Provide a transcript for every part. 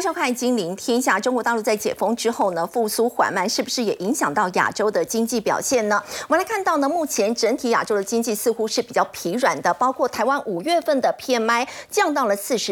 收看《金陵天下》。中国大陆在解封之后呢，复苏缓慢，是不是也影响到亚洲的经济表现呢？我们来看到呢，目前整体亚洲的经济似乎是比较疲软的，包括台湾5月份的 PMI 降到了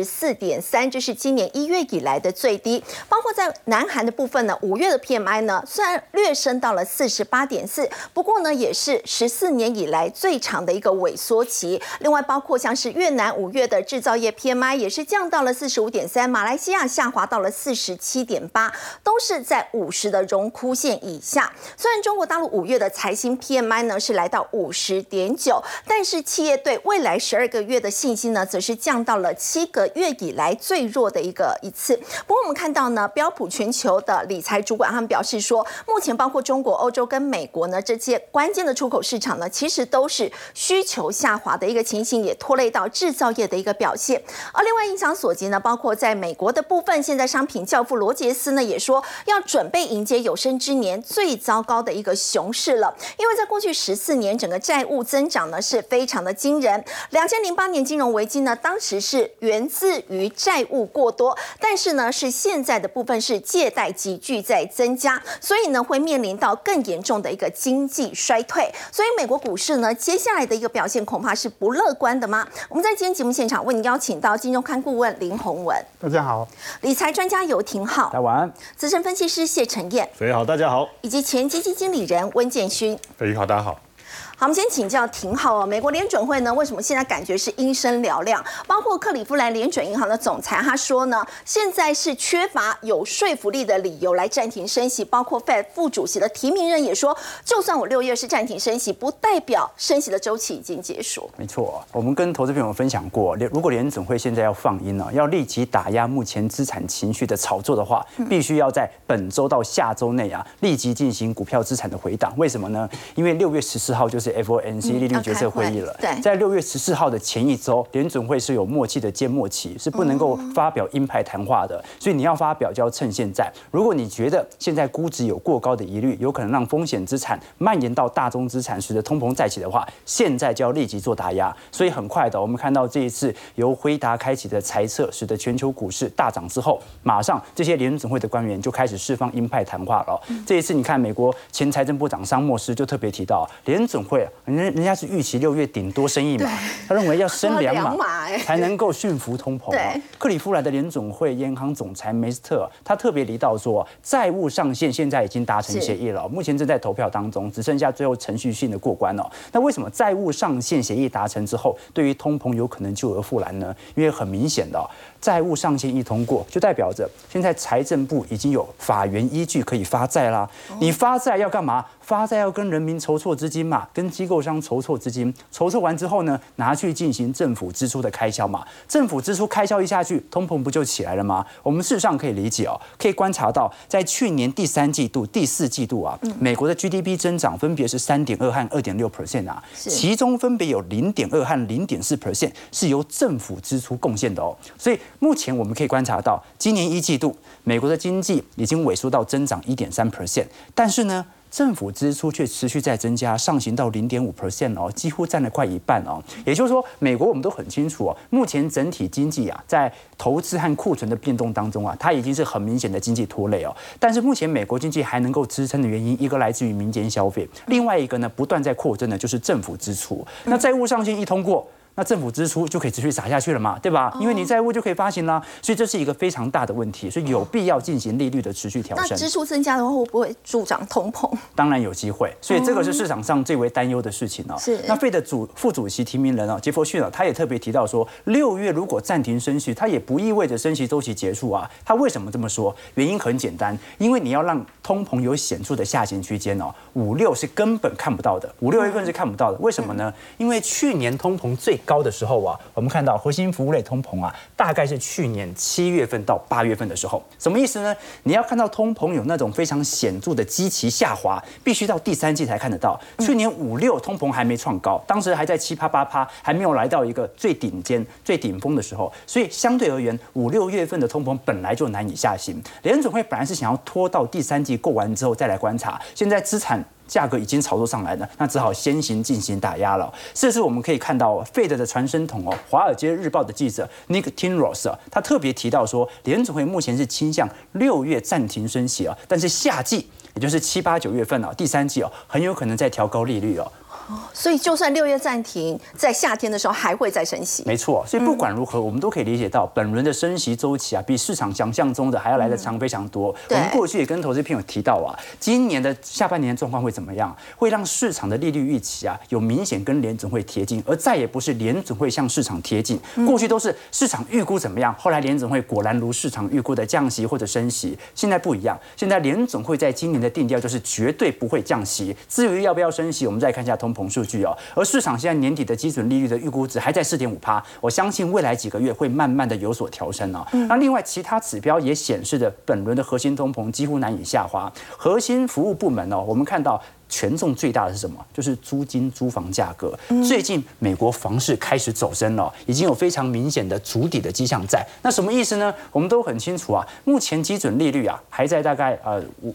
44.3，这是今年1月以来的最低。包括在南韩的部分呢，5月的 PMI 呢虽然略升到了48.4，不过呢也是14年以来最长的一个萎缩期。另外，包括像是越南5月的制造业 PMI 也是降到了45.3，马来西亚下滑到了47.8，都是在50的荣枯线以下。虽然中国大陆5月的财新 PMI 呢是来到50.9，但是企业对未来12个月的信心呢，则是降到了7个月以来最弱的一次。不过我们看到呢，标普全球的理财主管他们表示说，目前包括中国、欧洲跟美国呢这些关键的出口市场呢，其实都是需求下滑的一个情形，也拖累到制造业的一个表现。而另外影响所及呢，包括在美国的部分，现在商品教父罗杰斯呢也说，要准备迎接有生之年最糟糕的一个熊市了，因为在过去14年，整个债务增长呢是非常的惊人。2008年金融危机呢，当时是源自于债务过多，但是呢是现在的部分是借贷急剧在增加，所以呢会面临到更严重的一个经济衰退。所以美国股市呢接下来的一个表现恐怕是不乐观的吗？我们在今天节目现场为您邀请到金周刊顾问林宏文， 大家好； 理财专家游廷浩， 大家晚安； 资深分析师谢承彦， 飞好，大家好； 以及前基金经理人温建勋， 飞好，大家好。 好，我们先请教廷浩哦。美国联准会呢，为什么现在感觉是阴声嘹亮？包括克利夫兰联准银行的总裁他说呢，现在是缺乏有说服力的理由来暂停升息。包括 Fed 副主席的提名人也说，就算我6月是暂停升息，不代表升息的周期已经结束。 没错，我们跟投资朋友分享过，如果联准会现在要放鹰呢，要立即打压目前资产情绪的炒作的话，必须要在本周到下周内啊，立即进行股票资产的回档。为什么呢？因为6月14号就是 FOMC 利率决策会议了。在6月14号的前一周，联准会是有默契的缄默期，是不能够发表鹰派谈话的。所以你要发表就要趁现在。如果你觉得现在估值有过高的疑虑，有可能让风险资产蔓延到大宗资产，使得通膨再起的话，现在就要立即做打压。所以很快的，我们看到这一次由辉达开启的财测，使得全球股市大涨之后，马上这些联准会的官员就开始释放鹰派谈话了。这一次你看，美国前财政部长桑默斯就特别提到，联准会人家是预期6月顶多升1码，他认为要升2码才能够驯服通膨。克利夫兰的联准会央行总裁梅斯特他特别提到说，债务上限现在已经达成协议了，目前正在投票当中，只剩下最后程序性的过关了。那为什么债务上限协议达成之后，对于通膨有可能救而复燃呢？因为很明显的，债务上限一通过，就代表着现在财政部已经有法源依据可以发债啦。你发债要干嘛？发债要跟人民筹措资金嘛，跟机构商筹措资金，筹措完之后呢，拿去进行政府支出的开销嘛。政府支出开销一下去，通膨不就起来了吗？我们事实上可以理解哦，可以观察到，在去年第3季度、第4季度啊，美国的 GDP 增长分别是3.2%和2.6% 啊，其中分别有0.2%和0.4% 是由政府支出贡献的哦。所以目前我们可以观察到，今年1季度美国的经济已经萎缩到增长1.3%，但是呢，政府支出却持续在增加，上行到0.5% 哦，几乎占了快一半哦。也就是说，美国我们都很清楚哦，目前整体经济啊，在投资和库存的变动当中啊，它已经是很明显的经济拖累哦。但是目前美国经济还能够支撑的原因，一个来自于民间消费，另外一个呢，不断在扩增的就是政府支出。那债务上限一通过，那政府支出就可以持续撒下去了嘛，对吧？因为你债务就可以发行啦，所以这是一个非常大的问题，所以有必要进行利率的持续调升。 那支出增加的话，会不会助长通膨？ 当然有机会，所以这个是市场上最为担忧的事情哦。是。那费的副主席提名人哦，杰弗逊他也特别提到说，6月如果暂停升息，它也不意味着升息周期结束啊。他为什么这么说？原因很简单，因为你要让通膨有显著的下行区间哦，5、6是根本看不到的，5、6月份是看不到的。为什么呢？因为去年通膨最高的时候啊，我们看到核心服务类通膨啊，大概是去年7月份到8月份的时候。什么意思呢？你要看到通膨有那种非常显著的基期下滑，必须到第3季才看得到。去年5、6通膨还没创高，当时还在7%、8%，还没有来到一个最顶尖、最顶峰的时候。所以相对而言，5、6月份的通膨本来就难以下行。联准会本来是想要拖到第3季过完之后再来观察，现在资产价格已经炒作上来了，那只好先行进行打压了。这是我们可以看到，费的的传声筒哦，《华尔街日报》的记者 Nick Timros 啊，他特别提到说，联准会目前是倾向6月暂停升息啊，但是夏季，也就是7、8、9月份啊，第3季哦，很有可能再调高利率哦。 所以就算6月暂停，在夏天的时候还会再升息。 没错，所以不管如何，我们都可以理解到，本轮的升息周期啊，比市场想象中的还要来得长非常多。我们过去也跟投资朋友提到啊，今年的下半年的状况会怎么样？会让市场的利率预期啊，有明显跟联准会贴近，而再也不是联准会向市场贴近。过去都是市场预估怎么样，后来联准会果然如市场预估的降息或者升息。现在不一样，现在联准会在今年的定调就是绝对不会降息。至于要不要升息，我们再看一下通膨数据哦。而市场现在年底的基准利率的预估值还在4.5%，我相信未来几个月会慢慢的有所调升哦。那另外其他指标也显示着本轮的核心通膨几乎难以下滑。核心服务部门哦，我们看到权重最大的是什么？就是租金、租房价格。最近美国房市开始走升了，已经有非常明显的筑底的迹象在。那什么意思呢？我们都很清楚啊，目前基准利率啊还在大概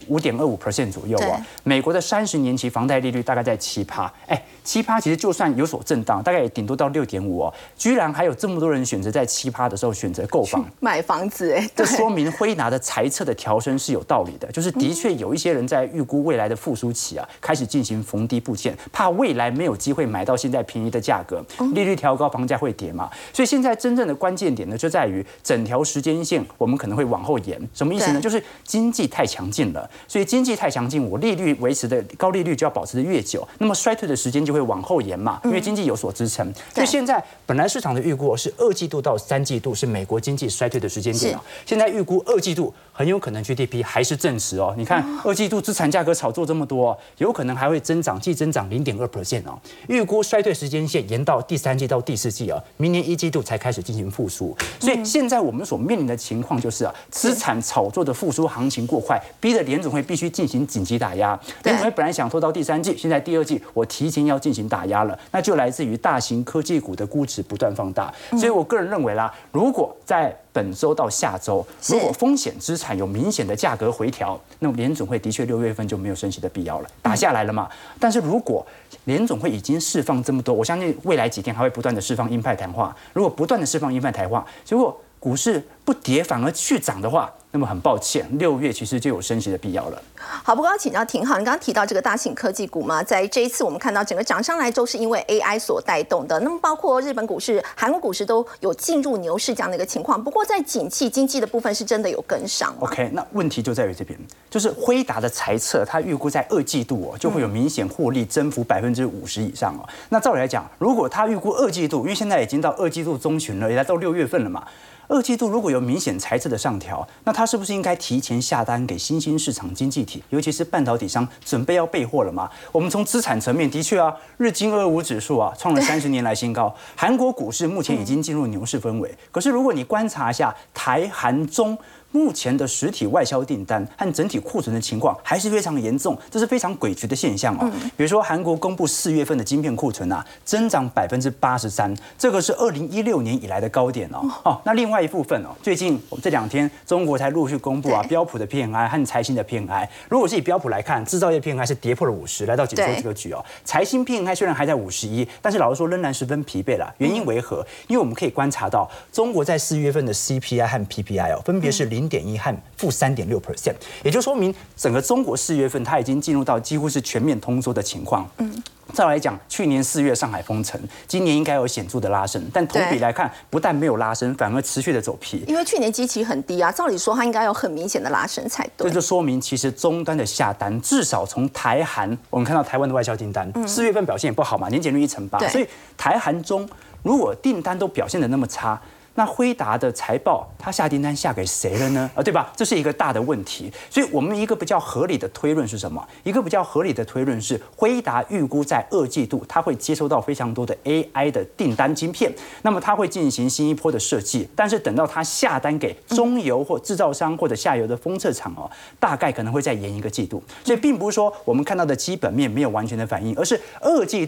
5.25% 左右啊。美国的30年期房贷利率大概在7%，哎，7%其实就算有所震荡，大概也顶多到6.5%哦。居然还有这么多人选择在7%的时候选择购房买房子，哎， 这说明辉达的财测的调升是有道理的，就是的确有一些人在预估未来的复苏期啊。开始进行逢低布线，怕未来没有机会买到现在便宜的价格，利率调高，房价会跌嘛？所以现在真正的关键点呢，就在于整条时间线我们可能会往后延。什么意思呢？就是经济太强劲了，所以经济太强劲，我利率维持的高利率就要保持的越久，那么衰退的时间就会往后延嘛，因为经济有所支撑。所以现在本来市场的预估是2季度到3季度是美国经济衰退的时间点哦，现在预估2季度很有可能 GDP 还是正值哦。你看2季度资产价格炒作这么多，有可能还会增长，季增长0.2% 哦。预估衰退时间线延到第3季到第4季啊，明年1季度才开始进行复苏。所以现在我们所面临的情况就是啊，资产炒作的复苏行情过快，逼得联准会必须进行紧急打压。联准会本来想拖到第3季，现在第2季我提前要进行打压了，那就来自于大型科技股的估值不断放大。所以我个人认为啦，如果在本周到下周，如果风险资产有明显的价格回调，那么联准会的确6月份就没有升息的必要了，打下来了嘛。但是如果联总会已经释放这么多，我相信未来几天还会不断的释放鹰派谈话。如果不断的释放鹰派谈话，结果股市不跌反而续涨的话，那么很抱歉，6月其实就有升息的必要了。 好，不过要请教廷浩，你刚刚提到这个大型科技股嘛，在这一次我们看到整个涨上来都是因为 AI 所带动的。那么包括日本股市、韩国股市都有进入牛市这样的一个情况。不过在景气经济的部分是真的有跟上吗 ？OK， 那问题就在于这边，就是辉达的财测，它预估在2季度就会有明显获利增幅50%以上哦。那照理来讲，如果它预估2季度，因为现在已经到2季度中旬了，也来到6月份了嘛。2季度如果有明显财测的上调，那它是不是应该提前下单给新兴市场经济体，尤其是半导体商，准备要备货了吗？我们从资产层面的确啊，日经225指数啊创了30年来新高，韩国股市目前已经进入牛市氛围。可是如果你观察一下台韩中目前的实体外销订单和整体库存的情况还是非常严重，这是非常诡谲的现象哦。比如说韩国公布4月份的晶片库存啊，增长83%，这个是2016年以来的高点哦。那另外一部分哦，最近我们这2天中国才陆续公布啊，标普的 PMI 和财新的 PMI。如果是以标普来看，制造业 PMI 是跌破了50，来到紧缩这个局哦。财新 PMI 虽然还在51，但是老实说仍然十分疲惫了。原因为何？因为我们可以观察到，中国在4月份的 CPI 和 PPI 哦，分别是0.1和负3.6%，也就说明整个中国4月份它已经进入到几乎是全面通缩的情况。照来讲，去年4月上海封城，今年应该有显著的拉升，但同比来看，不但没有拉升，反而持续的走皮。 因为去年基期很低啊，照理说它应该有很明显的拉升才对。 这就说明其实终端的下单，至少从台韩，我们看到台湾的外销订单，4月份表现也不好嘛，年减率1.8%，所以台韩中如果订单都表现得那么差，那辉达的财报，它下订单下给谁了呢？对吧？这是一个大的问题。所以我们一个比较合理的推论是什么？一个比较合理的推论是，辉达预估在2季度，它会接收到非常多的 AI 的订单晶片，那么它会进行新一波的设计。但是等到它下单给中游或制造商或者下游的封测厂哦，大概可能会再延1个季度。所以并不是说我们看到的基本面没有完全的反应，而是2季度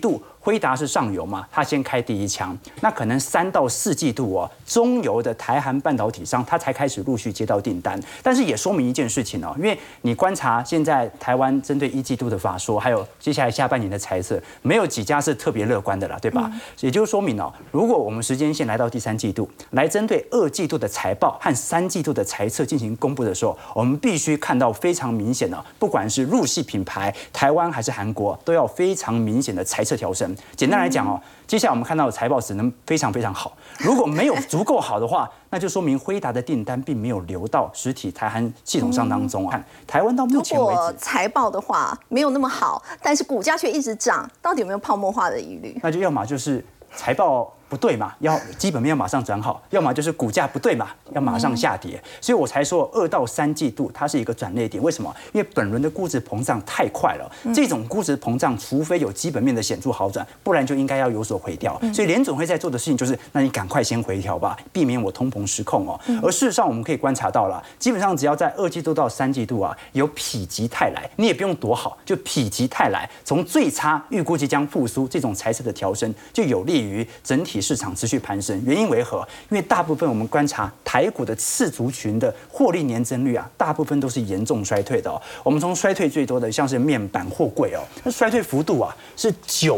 辉达是上游嘛，它先开第一枪，那可能3到4季度哦，中游的台韩半导体商它才开始陆续接到订单。但是也说明一件事情哦，因为你观察现在台湾针对1季度的法说，还有接下来下半年的财测，没有几家是特别乐观的啦，对吧？也就是说明哦，如果我们时间线来到第3季度，来针对2季度的财报和3季度的财测进行公布的时候，我们必须看到非常明显的，不管是入系品牌，台湾还是韩国，都要非常明显的财测调升。简单来讲哦，接下来我们看到的财报只能非常非常好，如果没有足够好的话，那就说明辉达的订单并没有流到实体台韩系统商当中啊。台湾到目前为止， 如果财报的话没有那么好，但是股价却一直涨，到底有没有泡沫化的疑虑？ 那就要么就是财报不对嘛，要基本面要马上转好；要么就是股价不对嘛，要马上下跌。所以我才说2到3季度它是一个转捩点。为什么？因为本轮的估值膨胀太快了，这种估值膨胀，除非有基本面的显著好转，不然就应该要有所回调。所以联准会在做的事情就是，那你赶快先回调吧，避免我通膨失控哦。而事实上我们可以观察到了，基本上只要在2季度到3季度啊，有否极泰来，你也不用多好，就否极泰来，从最差预估即将复苏这种财测的调升，就有利于整体市场持续攀升。原因为何？因为大部分我们观察台股的次族群的获利年增率啊，大部分都是严重衰退的哦。我们从衰退最多的像是面板、货柜哦，那衰退幅度啊是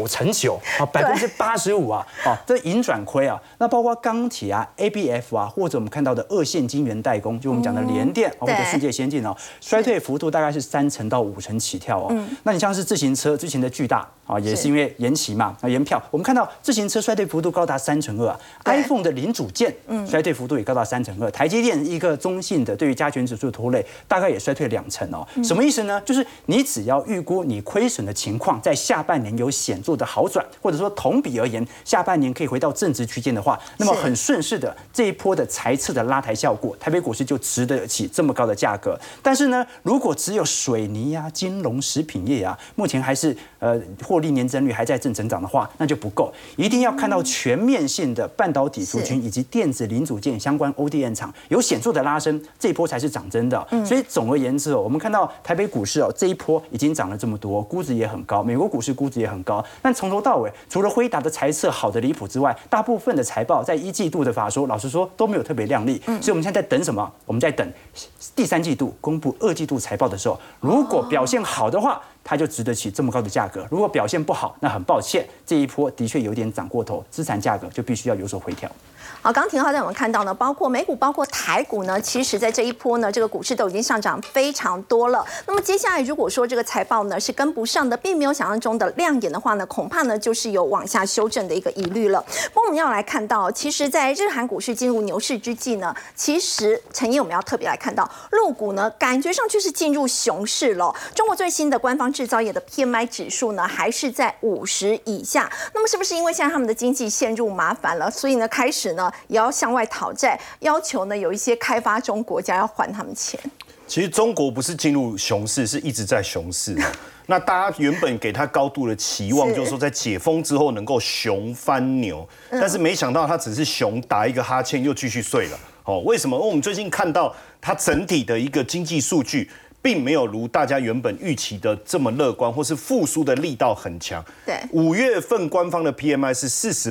9%啊，85%啊，这盈转亏啊。那包括钢铁啊、ABF 啊，或者我们看到的2线晶圆代工，就我们讲的联电或者世界先进哦，衰退幅度大概是3%到5%起跳哦。那你像是自行车之前的巨大啊，也是因为延期嘛，延票，我们看到自行车衰退幅度高达3%啊 ，iPhone 的零组件衰退幅度也高达3%，台积电一个中性的对于加权指数的拖累，大概也衰退2%哦。什么意思呢？就是你只要预估你亏损的情况在下半年有显著的好转，或者说同比而言下半年可以回到正值区间的话，那么很顺势的这一波的财测的拉抬效果，台北股市就值得起这么高的价格。但是呢，如果只有水泥啊、金融、食品业啊，目前还是获利年增率还在正成长的话，那就不够，一定要看到全面性的半导体族群以及电子零组件相关 ODM 厂有显著的拉升，这一波才是涨真的。所以总而言之哦，我们看到台北股市哦这一波已经涨了这么多，估值也很高，美国股市估值也很高，但从头到尾除了辉达的财测好的离谱之外，大部分的财报在1季度的法说，老实说都没有特别亮丽。所以我们现在在等什么？我们在等第3季度公布2季度财报的时候，如果表现好的话，它就值得起这么高的价格。如果表现不好，那很抱歉，这一波的确有点涨过头，资产价格就必须要有所回调。 好，刚廷浩带我们看到呢，包括美股、包括台股呢，其实在这一波呢，这个股市都已经上涨非常多了。那么接下来如果说这个财报呢是跟不上的，并没有想象中的亮眼的话呢，恐怕呢就是有往下修正的一个疑虑了。不过我们要来看到，其实，在日韩股市进入牛市之际呢，其实陈毅我们要特别来看到，陆股呢感觉上就是进入熊市了。中国最新的官方制造业的 PMI 指数呢还是在50以下。那么是不是因为现在他们的经济陷入麻烦了，所以呢开始呢也要向外讨债，要求呢有一些开发中国家要还他们钱？ 其实中国不是进入熊市，是一直在熊市。那大家原本给他高度的期望，就是说在解封之后能够熊翻牛，但是没想到他只是熊打一个哈欠又继续睡了。为什么？因为我们最近看到它整体的一个经济数据，并没有如大家原本预期的这么乐观，或是复苏的力道很强。 对 ，5月份官方的 PMI 是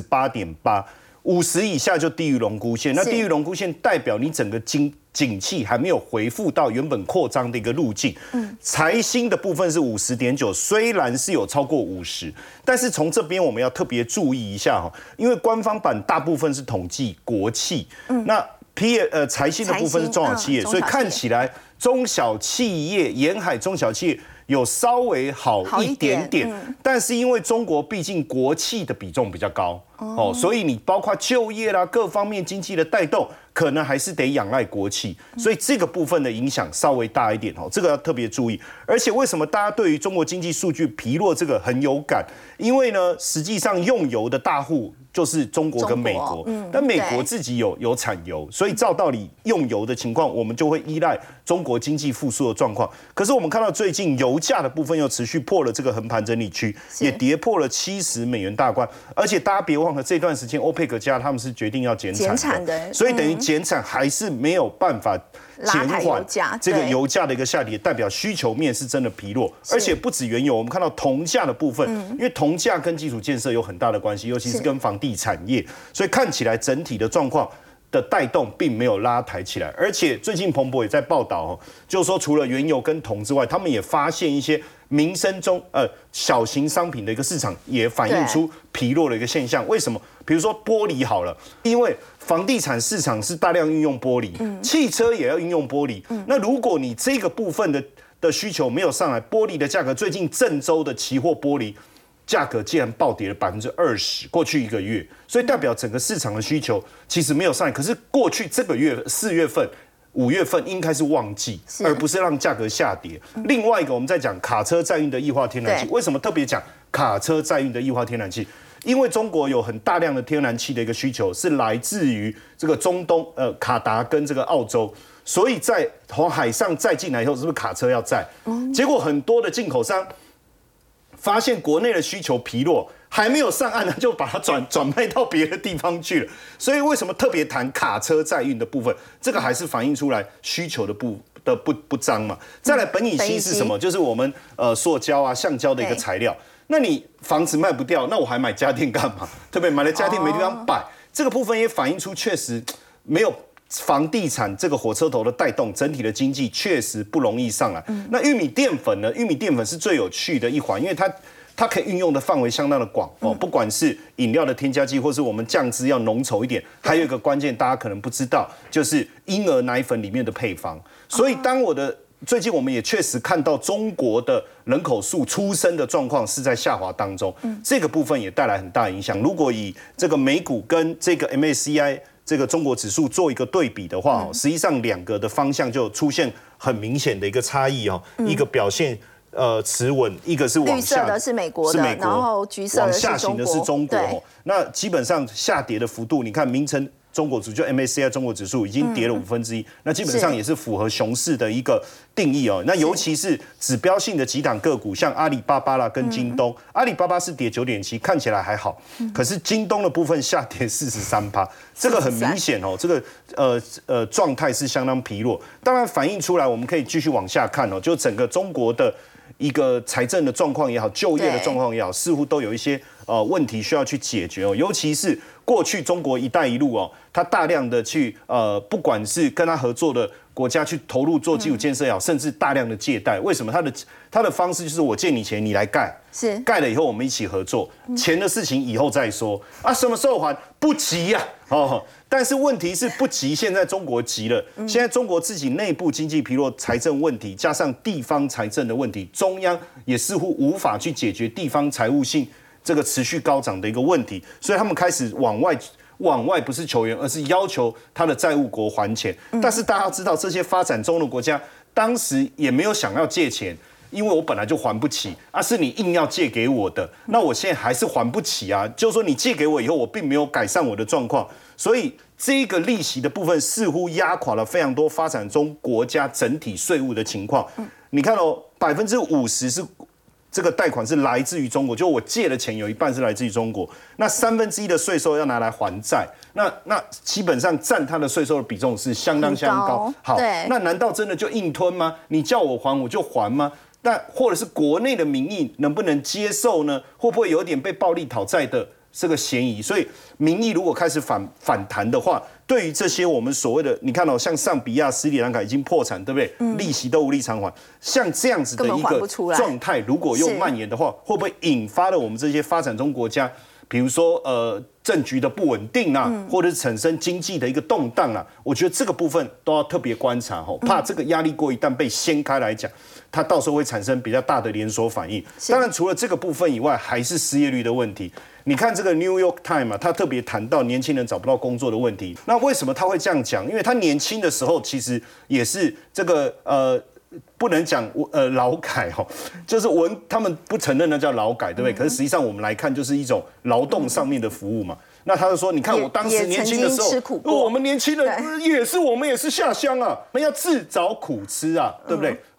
48.8，50以下就低于荣枯线。那低于荣枯线代表你整个景气还没有恢复到原本扩张的一个路径。财新的部分是50.9，虽然是有超过50，但是从这边我们要特别注意一下哈，因为官方版大部分是统计国企，那财新的部分是中小企业，所以看起来中小企业沿海中小企业有稍微好一点点，但是因为中国毕竟国企的比重比较高，所以你包括就业啦各方面经济的带动，可能还是得仰赖国企，所以这个部分的影响稍微大一点，这个要特别注意。而且为什么大家对于中国经济数据疲弱这个很有感？因为呢，实际上用油的大户就是中国跟美国，但美国自己有产油，所以照道理用油的情况，我们就会依赖中国经济复苏的状况。可是我们看到最近油价的部分又持续破了这个横盘整理区，也跌破了70美元大关。而且大家别忘了这段时间欧佩克加他们是决定要减产的，所以等于减产还是没有办法减缓这个油价的一个下跌，代表需求面是真的疲弱，而且不止原油，我们看到铜价的部分，因为铜价跟基础建设有很大的关系，尤其是跟房地产业，所以看起来整体的状况的带动并没有拉抬起来，而且最近彭博也在报道，就是说除了原油跟铜之外，他们也发现一些民生中小型商品的一个市场也反映出疲弱的一个现象。为什么？比如说玻璃好了，因为房地产市场是大量运用玻璃，汽车也要运用玻璃。那如果你这个部分的需求没有上来，玻璃的价格最近郑州的期货玻璃价格竟然暴跌了20%，过去1个月，所以代表整个市场的需求其实没有上来。可是过去这个月4月份、5月份应该是旺季，而不是让价格下跌。另外一个，我们在讲卡车载运的液化天然气，为什么特别讲卡车载运的液化天然气？因为中国有很大量的天然气的一个需求是来自于这个中东卡达跟这个澳洲，所以在从海上载进来以后，是不是卡车要载？结果很多的进口商发现国内的需求疲弱，还没有上岸呢，就把它转卖到别的地方去了。所以为什么特别谈卡车载运的部分？这个还是反映出来需求的不彰嘛。再来，苯乙烯是什么？就是我们塑胶啊、橡胶的一个材料。那你房子卖不掉，那我还买家电干嘛？对不对？买了家电没地方摆，这个部分也反映出确实没有房地产这个火车头的带动，整体的经济确实不容易上来。那玉米淀粉呢？玉米淀粉是最有趣的一环，因为它可以运用的范围相当的广哦，不管是饮料的添加剂，或是我们酱汁要浓稠一点，还有一个关键大家可能不知道，就是婴儿奶粉里面的配方。所以当最近我们也确实看到中国的人口数出生的状况是在下滑当中，这个部分也带来很大影响。如果以这个美股跟这个 MSCI 这个中国指数做一个对比的话，实际上两个的方向就出现很明显的一个差异哦，一个表现持稳，一个是往下， 绿色的是美国的，然后橘色的是往下行的是中国。那基本上下跌的幅度，你看名称中国指数就 MSCI 中国指数已经跌了1/5，那基本上也是符合熊市的一个定义哦。那尤其是指标性的几档个股，像阿里巴巴啦跟京东，阿里巴巴是跌9.7，看起来还好，可是京东的部分下跌43%，这个很明显哦，这个状态是相当疲弱。当然反映出来，我们可以继续往下看哦，就整个中国的一个财政的状况也好，就业的状况也好，似乎都有一些问题需要去解决哦，尤其是过去中国“一带一路”哦，它大量的去不管是跟它合作的国家去投入做基础建设也好，甚至大量的借贷。为什么？它的方式就是我借你钱，你来盖，是盖了以后我们一起合作，钱的事情以后再说啊，什么时候还不急呀？哦，但是问题是不急，现在中国急了。现在中国自己内部经济疲弱、财政问题，加上地方财政的问题，中央也似乎无法去解决地方财务性这个持续高涨的一个问题，所以他们开始往外不是求援，而是要求他的债务国还钱。但是大家知道，这些发展中的国家当时也没有想要借钱，因为我本来就还不起啊，是你硬要借给我的，那我现在还是还不起啊。就是说你借给我以后，我并没有改善我的状况，所以这个利息的部分似乎压垮了非常多发展中国家整体税务的情况。你看哦，50%是。这个贷款是来自于中国，就我借的钱有一半是来自于中国，那1/3的税收要拿来还债，那基本上占它的税收的比重是相当高。好，那难道真的就硬吞吗？你叫我还我就还吗？那或者是国内的民意能不能接受呢？会不会有点被暴力讨债的这个嫌疑？所以民意如果开始反弹的话，对于这些我们所谓的，你看哦，像上比亚、斯里兰卡已经破产，对不对？利息都无力偿还，像这样子的一个状态，如果又蔓延的话，会不会引发了我们这些发展中国家，比如说政局的不稳定啊，或者是产生经济的一个动荡啊？我觉得这个部分都要特别观察哦，怕这个压力锅一旦被掀开来讲，它到时候会产生比较大的连锁反应。当然，除了这个部分以外，还是失业率的问题。你看这个 New York Times 啊，他特别谈到年轻人找不到工作的问题。那为什么他会这样讲？因为他年轻的时候其实也是这个不能讲劳改哦，就是他们不承认那叫劳改，对不对？可是实际上我们来看，就是一种劳动上面的服务嘛。那他就说，你看我当时年轻的时候，我们年轻人我们也是下乡啊，那要自找苦吃啊，对不对？好。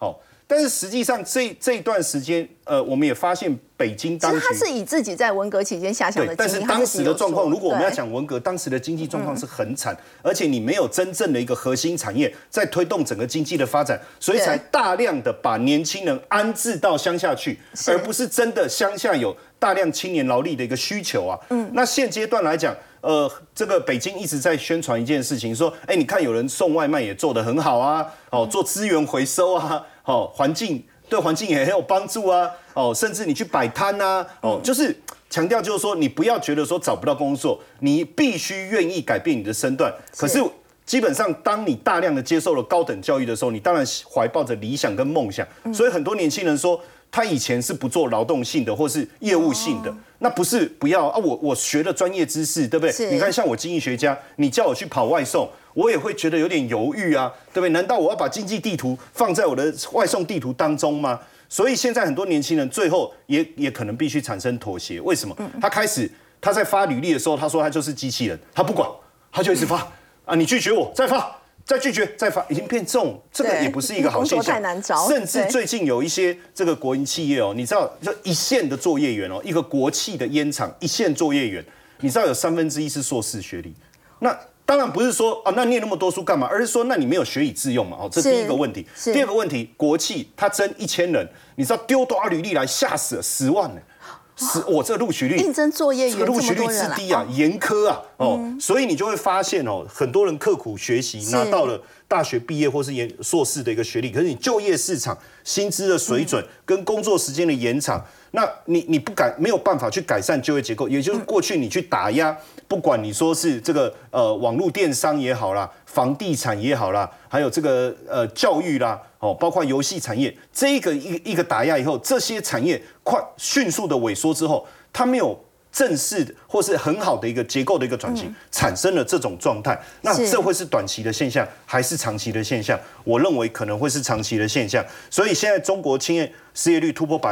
但是实际上这一段时间，我们也发现北京当局， 其实他是以自己在文革期间下乡的经历， 但是当时的状况，如果我们要讲文革，当时的经济状况是很惨，而且你没有真正的一个核心产业在推动整个经济的发展，所以才大量的把年轻人安置到乡下去，而不是真的乡下有大量青年劳力的一个需求啊。那现阶段来讲，这个北京一直在宣传一件事情，说，你看有人送外卖也做得很好啊，做资源回收啊，对环境也很有帮助啊，甚至你去摆摊啊，就是强调就是说，你不要觉得说找不到工作，你必须愿意改变你的身段。可是基本上，当你大量的接受了高等教育的时候，你当然怀抱着理想跟梦想，所以很多年轻人说，他以前是不做劳动性的或是业务性的，那不是不要啊，我学了专业知识，对不对？你看像我经济学家，你叫我去跑外送，我也会觉得有点犹豫啊，对不对？难道我要把经济地图放在我的外送地图当中吗？所以现在很多年轻人最后也可能必须产生妥协。为什么？他在发履历的时候，他说他就是机器人，他不管，他就一直发啊，你拒绝我再发。再拒绝，再发，已经变这种，这个也不是一个好现象。 太难找， 甚至最近有一些这个国营企业你知道，就一线的作业员一个国企的烟厂一线作业员，你知道有1/3是硕士学历。那当然不是说那念那么多书干嘛，而是说那你没有学以致用嘛。这是第一个问题。第二个问题，国企他征1000人，你知道丢多少履历来，吓死了10万呢。我这个录取率， 应征作业员， 这个录取率之低啊，严苛啊，所以你就会发现很多人刻苦学习，拿到了大学毕业或是硕士的一个学历，可是你就业市场薪资的水准跟工作时间的延长，那你没有办法去改善就业结构，也就是过去你去打压，不管你说是这个网络电商也好啦，房地产也好啦，还有这个教育啦。包括游戏产业，这一个打压以后，这些产业迅速的萎缩之后，它没有正式或是很好的一个结构的一个转型，产生了这种状态。那这会是短期的现象，还是长期的现象？我认为可能会是长期的现象。所以现在中国青年失业率突破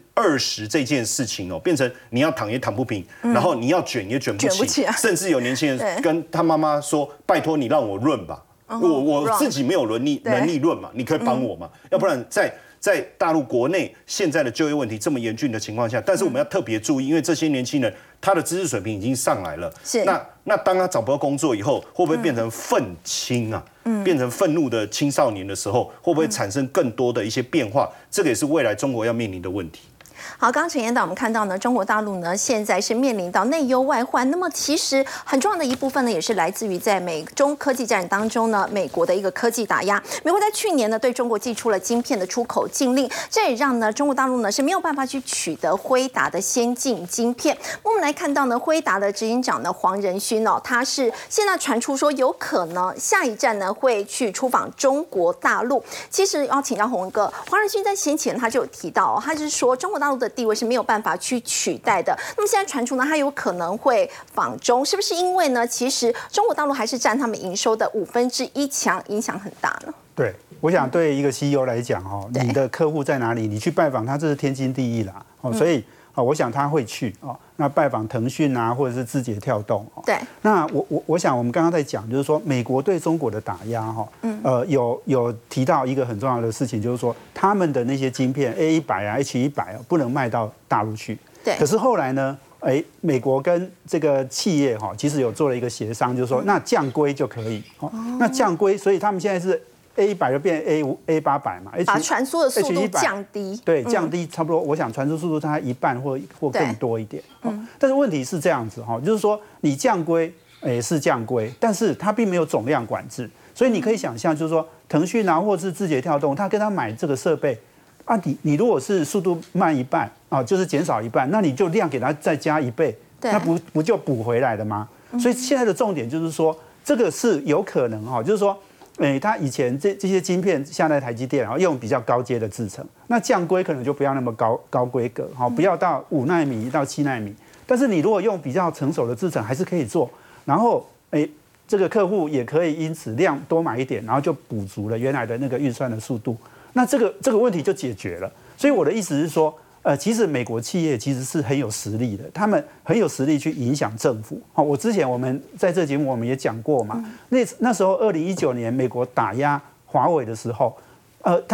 20%这件事情变成你要躺也躺不平，然后你要卷也卷不起，甚至有年轻人跟他妈妈说：“拜托你让我润吧。”我自己没有能力论嘛，你可以帮我嘛？要不然在大陆国内现在的就业问题这么严峻的情况下，但是我们要特别注意，因为这些年轻人他的知识水平已经上来了，那当他找不到工作以后，会不会变成愤青啊？变成愤怒的青少年的时候，会不会产生更多的一些变化？这个也是未来中国要面临的问题。 好，刚刚陈研导我们看到呢，中国大陆呢现在是面临到内忧外患，那么其实很重要的一部分呢，也是来自于在美中科技战当中呢，美国的一个科技打压。美国在去年呢对中国寄出了晶片的出口禁令，这也让呢中国大陆呢是没有办法去取得辉达的先进晶片。我们来看到呢，辉达的执行长呢黄仁勋他是现在传出说有可能下一站呢会去出访中国大陆。其实要请教洪文哥，黄仁勋在先前他就有提到他就是说中国大陆的地位是没有办法去取代的。那么现在传出呢，他有可能会访中，是不是因为呢？其实中国大陆还是占他们营收的1/5强，影响很大呢？ 对，我想对一个 CEO 来讲你的客户在哪里，你去拜访他，这是天经地义啦。所以我想他会去那拜访腾讯啊，或者是字节跳动对。 那我想我们刚刚在讲，就是说美国对中国的打压有提到一个很重要的事情，就是说他们的那些晶片 A100啊、H100不能卖到大陆去。 对。 可是后来呢，美国跟这个企业其实有做了一个协商，就是说那降规就可以那降规，所以他们现在是。A100就变 A800嘛， 把传输的速度降低， 对，降低差不多。我想传输速度大概1半或更多一点。但是问题是这样子就是说你降规，是降规，但是它并没有总量管制，所以你可以想象，就是说腾讯啊，或者是字节跳动，他跟他买这个设备啊，你如果是速度慢1半就是减少1半，那你就量给他再加1倍，那不就补回来了吗？所以现在的重点就是说，这个是有可能就是说。他以前这些晶片下在台积电，用比较高阶的制程，那降规可能就不要那么高规格，不要到5奈米到7奈米。但是你如果用比较成熟的制程，还是可以做。然后这个客户也可以因此量多买一点，然后就补足了原来的那个运算的速度。那这个问题就解决了。所以我的意思是说。其实美国企业其实是很有实力的，他们很有实力去影响政府。我之前我们在这节目我们也讲过嘛，那时候2019年美国打压华为的时候，他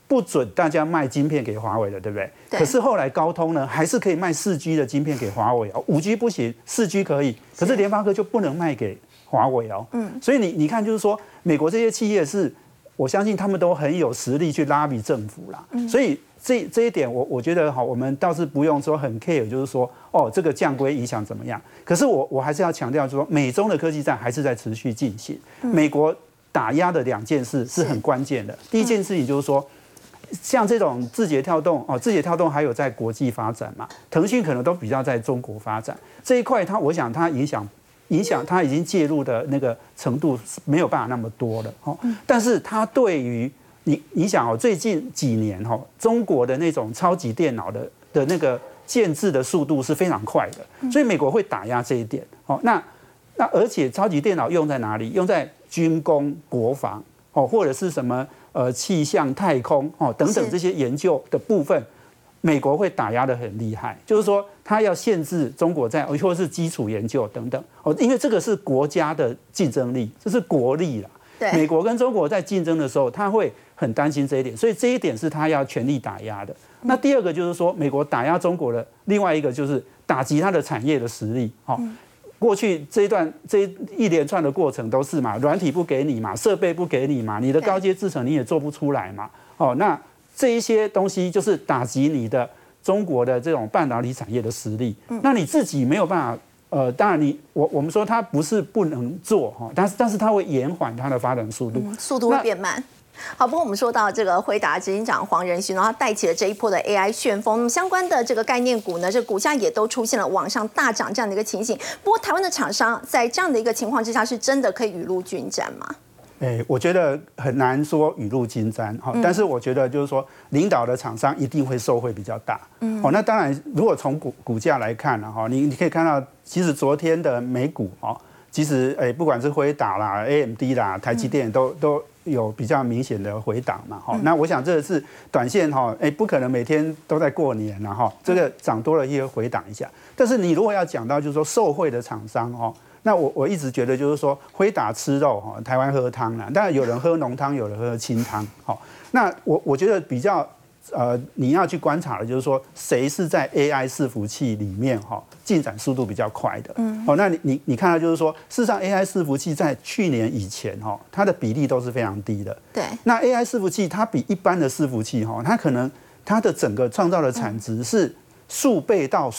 不准大家卖晶片给华为了，对不对？ 对。 可是后来高通呢，还是可以卖4G 的晶片给华为哦，5G 不行，4G 可以，可是联发科就不能卖给华为哦。所以你看，就是说美国这些企业是，我相信他们都很有实力去拉比政府啦。所以这一点我觉得我们倒是不用说很 care， 就是说这个降规影响怎么样？可是我还是要强调，就是说美中的科技战还是在持续进行。美国打压的2件事是很关键的。第一件事情就是说，像这种字节跳动字节跳动还有在国际发展嘛，腾讯可能都比较在中国发展这一块，我想它影响它已经介入的那个程度没有办法那么多了但是它对于你想最近几年中国的那种超级电脑的那个建制的速度是非常快的，所以美国会打压这一点那而且超级电脑用在哪里？用在军工、国防或者是什么气象、太空等等这些研究的部分，美国会打压得很厉害，就是说它要限制中国在或者是基础研究等等因为这个是国家的竞争力，这是国力啦。美国跟中国在竞争的时候，他会很担心这一点，所以这一点是他要全力打压的。那第二个就是说，美国打压中国的另外一个就是打击它的产业的实力。过去这一连串的过程都是嘛，软体不给你嘛，设备不给你嘛，你的高阶制程你也做不出来嘛。那这一些东西就是打击你的中国的这种半导体产业的实力。那你自己没有办法。当然我们说它不是不能做但是它会延缓它的发展速度， 速度会变慢。好，不过我们说到这个辉达执行长黄仁勋，然后他带起了这一波的 AI 旋风，那么相关的这个概念股呢，这股价也都出现了往上大涨这样的一个情形。不过台湾的厂商在这样的一个情况之下，是真的可以雨露均沾吗？ 我觉得很难说雨露均沾但是我觉得就是说，领导的厂商一定会受惠比较大。那当然，如果从股价来看呢你可以看到，其实昨天的美股其实不管是辉达啦、AMD 啦、台积电都有比较明显的回档嘛那我想这个是短线不可能每天都在过年这个涨多了也会回档一下。但是你如果要讲到就是说受惠的厂商那我一直觉得就是说，辉达吃肉台湾喝汤啦。当然有人喝浓汤，有人喝清汤那我觉得比较你要去观察的就是说，谁是在 AI 伺服器里面进展速度比较快的。那你看到就是说，事实上 AI 伺服器在去年以前它的比例都是非常低的。 对。 那 AI 伺服器它比一般的伺服器它可能它的整个创造的产值是数倍到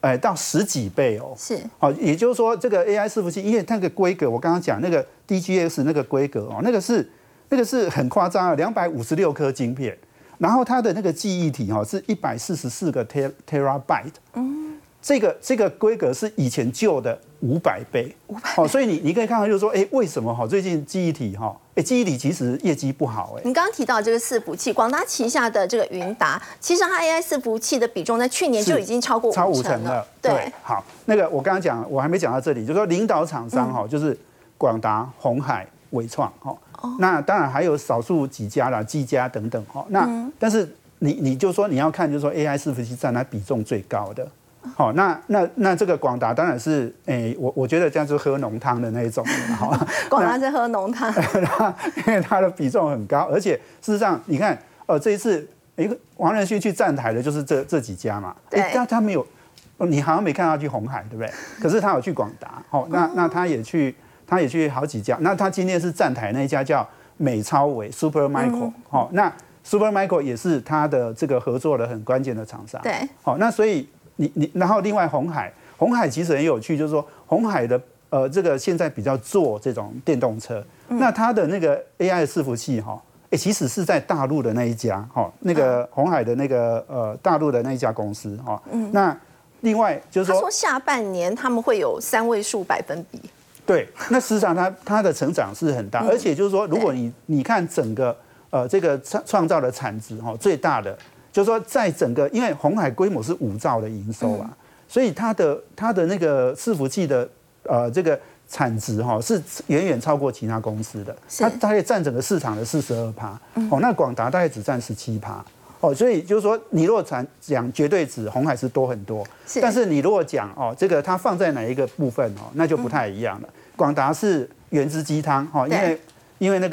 10几倍是也就是说，这个 AI 伺服器，因为那个规格，我刚刚讲那个 DGX 那个规格那个是很夸张256颗晶片，然后它的那个记忆体是144个 terabyte，这个规格是以前旧的500倍，所以你可以看到就是说，为什么最近记忆体记忆体其实业绩不好你刚刚提到这个伺服器，广达旗下的这个云达，其实它 AI 伺服器的比重在去年就已经超过5成了。 对，好，那个我刚刚讲，我还没讲到这里，就是说领导厂商就是广达、鸿海、伟创那当然还有少数几家啦，技嘉等等那但是你就说你要看就是说 AI 伺服器占它比重最高的。那这个广达当然是我觉得这样就喝浓汤的那一种广达在喝浓汤因为它的比重很高，而且事实上你看这一次黄仁勋去站台的就是这几家嘛他没有，你好像没看到去鸿海对不对？可是他有去广达那他也去好几家，那他今天是站台那一家叫美超微 Supermicro那 Supermicro 也是他的这个合作的很关键的厂商。 对那所以然后另外鸿海其实很有趣，就是说鸿海的这个现在比较做这种电动车，那它的那个 AI 伺服器其实是在大陆的那一家那个鸿海的那个大陆的那一家公司那另外就是说， 他说下半年他们会有3位数百分比。 对，那事实上它的成长是很大，而且就是说，如果你看整个这个创造的产值最大的。就是说，在整个，因为鸿海规模是5兆的营收所以它的那个伺服器的这个产值是远远超过其他公司的，它大概占整个市场的42%，那广达大概只占17%，所以就是说，你如果讲绝对值，鸿海是多很多，但是你如果讲这个它放在哪一个部分那就不太一样了。广达是原汁鸡汤因为那个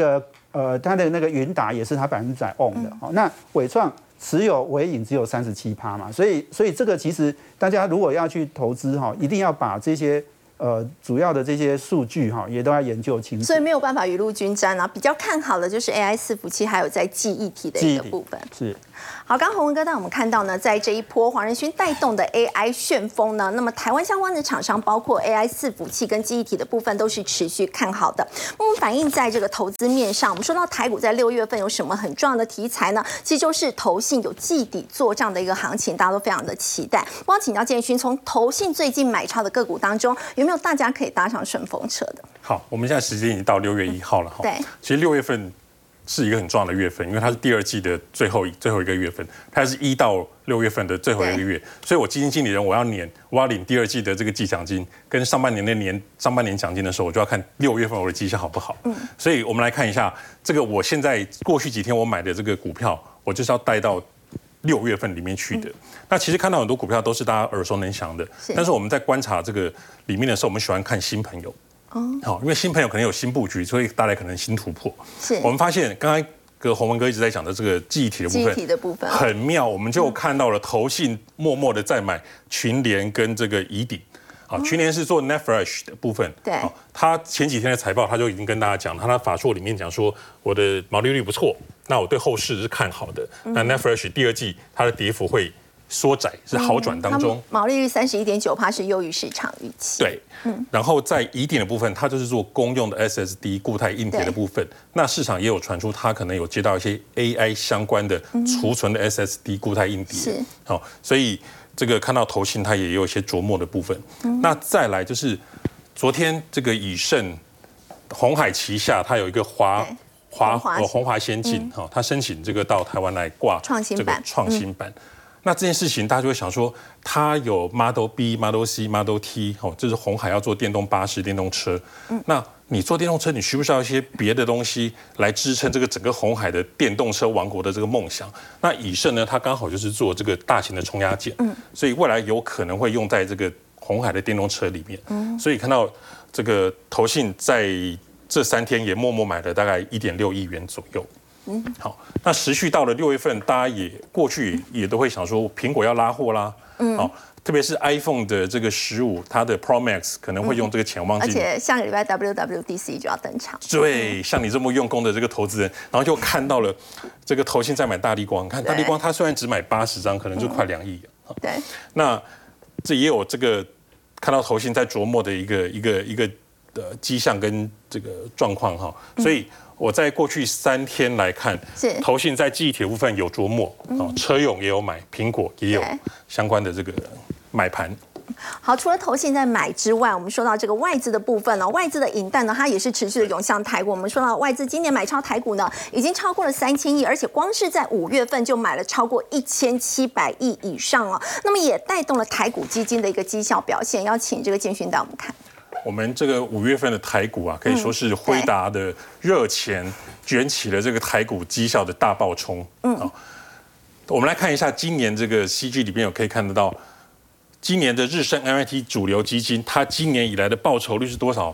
它的那个云达也是它100% own 的。好，那伟创持有微影只有37%嘛，所以这个其实大家如果要去投资哈，一定要把这些主要的这些数据哈，也都要研究清楚。 所以没有办法雨露均沾啊。比较看好的就是 AI 伺服器，还有在记忆体的一个部分。 是。 好，刚宏文哥带我们看到呢，在这一波黄仁勋带动的 AI 旋风呢，那么台湾相关的厂商，包括 AI 伺服器跟记忆体的部分，都是持续看好的。那么反映在这个投资面上，我们说到台股在6月份有什么很重要的题材呢？其实就是投信有季底做账的一个行情，大家都非常的期待。我想请教建勋，从投信最近买超的个股当中，有没有大家可以搭上顺风车的？ 好，我们现在时间已经到6月1号了哈。 对， 其实6月份是一个很重要的月份，因为它是第2季的最后一个月份，它是1到6月份的最后一个月，所以我基金经理人我要领第2季的这个季奖金，跟上半年奖金的时候，我就要看6月份我的绩效好不好。所以我们来看一下这个，我现在过去几天我买的这个股票，我就是要带到6月份里面去的。那其实看到很多股票都是大家耳熟能详的，但是我们在观察这个里面的时候，我们喜欢看新朋友。好，因为新朋友可能有新布局，所以带来可能新突破。是我们发现刚才宏文哥一直在讲的这个记忆体的部分，很妙，我们就看到了投信默默的在买群联跟这个宜鼎。好，群联是做 NAND Flash 的部分。 对， 他前几天的财报他就已经跟大家讲，他的法说里面讲说我的毛利率不错，那我对后市是看好的。那 NAND Flash 第2季它的跌幅会缩窄，是好转当中， 毛利率31.9%是优于市场预期。 对，然后在宜鼎的部分，它就是做公用的 SSD 固态硬碟的部分。那市场也有传出，它可能有接到一些 AI 相关的储存的 SSD 固态硬碟。是，好，所以这个看到投信它也有一些琢磨的部分。那再来就是昨天这个以盛鸿海旗下，它有一个鸿华先进，它申请这个到台湾来挂这个创新版。那这件事情，大家就会想说，它有 Model B、Model C、Model T， 这是鸿海要做电动巴士、电动车。那你做电动车，你需不需要一些别的东西来支撑这个整个鸿海的电动车王国的这个梦想？那以盛呢，它刚好就是做这个大型的冲压件，所以未来有可能会用在这个鸿海的电动车里面。所以看到这个投信在这3天也默默买了大概1.6亿元左右。好，那持续到了6月份，大家过去也都会想说，苹果要拉货啦，好，特别是 iPhone 的这个15，它的 Pro Max 可能会用这个潜望镜， 而且下个礼拜 WWDC 就要登场。 对，像你这么用功的这个投资人，然后就看到了这个投信在买大立光，看大立光它虽然只买80张，可能就快2亿。 对， 那这也有这个看到投信在琢磨的一个迹象跟这个状况哈，所以。我在过去3天来看，投信在记忆体的部分有琢磨，车用也有买，苹果也有相关的这个买盘。 好，除了投信在买之外，我们说到这个外资的部分呢，外资的引弹呢，它也是持续的涌向台股。我们说到外资今年买超台股呢，已经超过了3000亿，而且光是在5月份就买了超过1700亿以上哦。那么也带动了台股基金的一个绩效表现。邀请这个建勋带我们看。 我们这个5月份的台股啊，可以说是辉达的热钱卷起了这个台股绩效的大爆冲。我们来看一下今年这个 CG 里面有可以看得到，今年的日盛 MIT 主流基金，它今年以来的报酬率是多少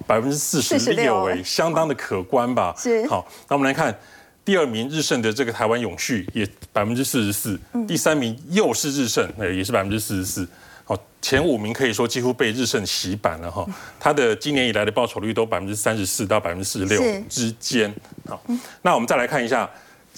？46%，相当的可观吧？是。好，那我们来看第2名日盛的这个台湾永续也44%，第3名又是日盛，也是44%。好，前5名可以说几乎被日盛洗版了哈，它的今年以来的报酬率都34%到46%之间。好，那我们再来看一下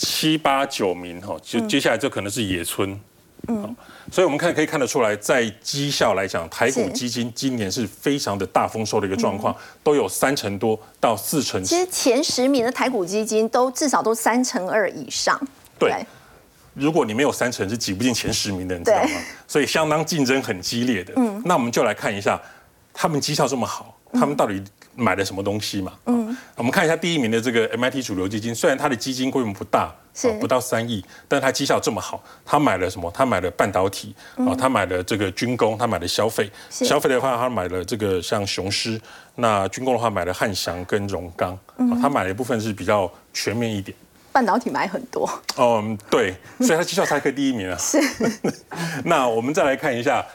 7、8、9名哈，就接下来这可能是野村。所以我们可以看得出来，在绩效来讲，台股基金今年是非常的大丰收的一个状况，都有30%多到40%。 其实前10名的台股基金都至少都2%以上。 对。如果你没有3成，是挤不进前10名的，你知道吗？所以相当竞争很激烈的。那我们就来看一下，他们绩效这么好，他们到底买了什么东西嘛？我们看一下第1名的这个 MIT 主流基金，虽然它的基金规模不大，不到3亿，但是它绩效这么好，它买了什么？它买了半导体，它买了这个军工，它买了消费。消费的话，它买了这个像雄狮；那军工的话，买了汉翔跟荣刚。它买的部分是比较全面一点。 半导体买很多， 对，所以它绩效才可以第1名啊。是。那我们再来看一下，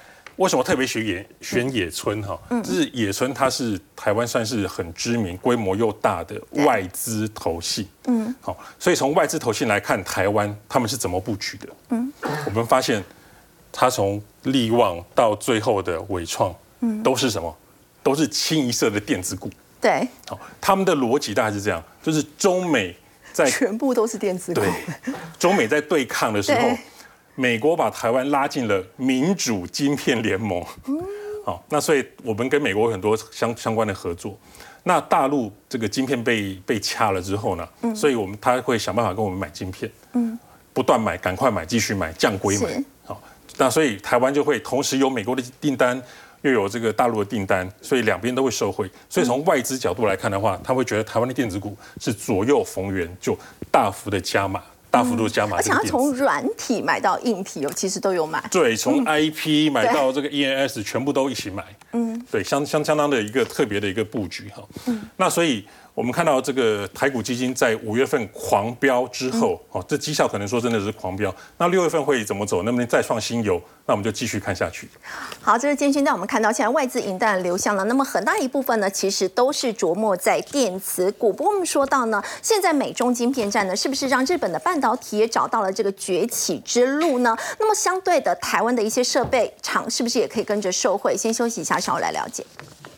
为什么特别选野村哈？就是野村它是台湾算是很知名、规模又大的外资投信。好，所以从外资投信来看，台湾他们是怎么布局的？我们发现它从力旺到最后的伟创，都是什么？都是清一色的电子股。 对， 好，他们的逻辑大概是这样，就是中美在全部都是电子股。 对，中美在对抗的时候。美国把台湾拉进了民主晶片联盟，好，那所以我们跟美国有很多相关的合作。那大陆这个晶片被掐了之后呢，所以他会想办法跟我们买晶片，不断买，赶快买，继续买，降规买，好，那所以台湾就会同时有美国的订单，又有这个大陆的订单，所以两边都会受惠。所以从外资角度来看的话，他会觉得台湾的电子股是左右逢源，就大幅的加码。大幅度加码， 而且它从软体买到硬体，其实都有买。 对，从 IP 买到这个 ENS， 全部都一起买。对，相当的一个特别的一个布局哈。那所以我们看到这个台股基金在5月份狂飙之后，这绩效可能说真的是狂飙。那6月份会怎么走？能不能再创新高？那我们就继续看下去。 好，这是今天带我们看到现在外资银弹的流向了。那么很大一部分呢，其实都是琢磨在电子股。不过我们说到呢，现在美中晶片战呢，是不是让日本的半导体也找到了这个崛起之路呢？那么相对的，台湾的一些设备厂是不是也可以跟着受惠？先休息一下，稍后来了解。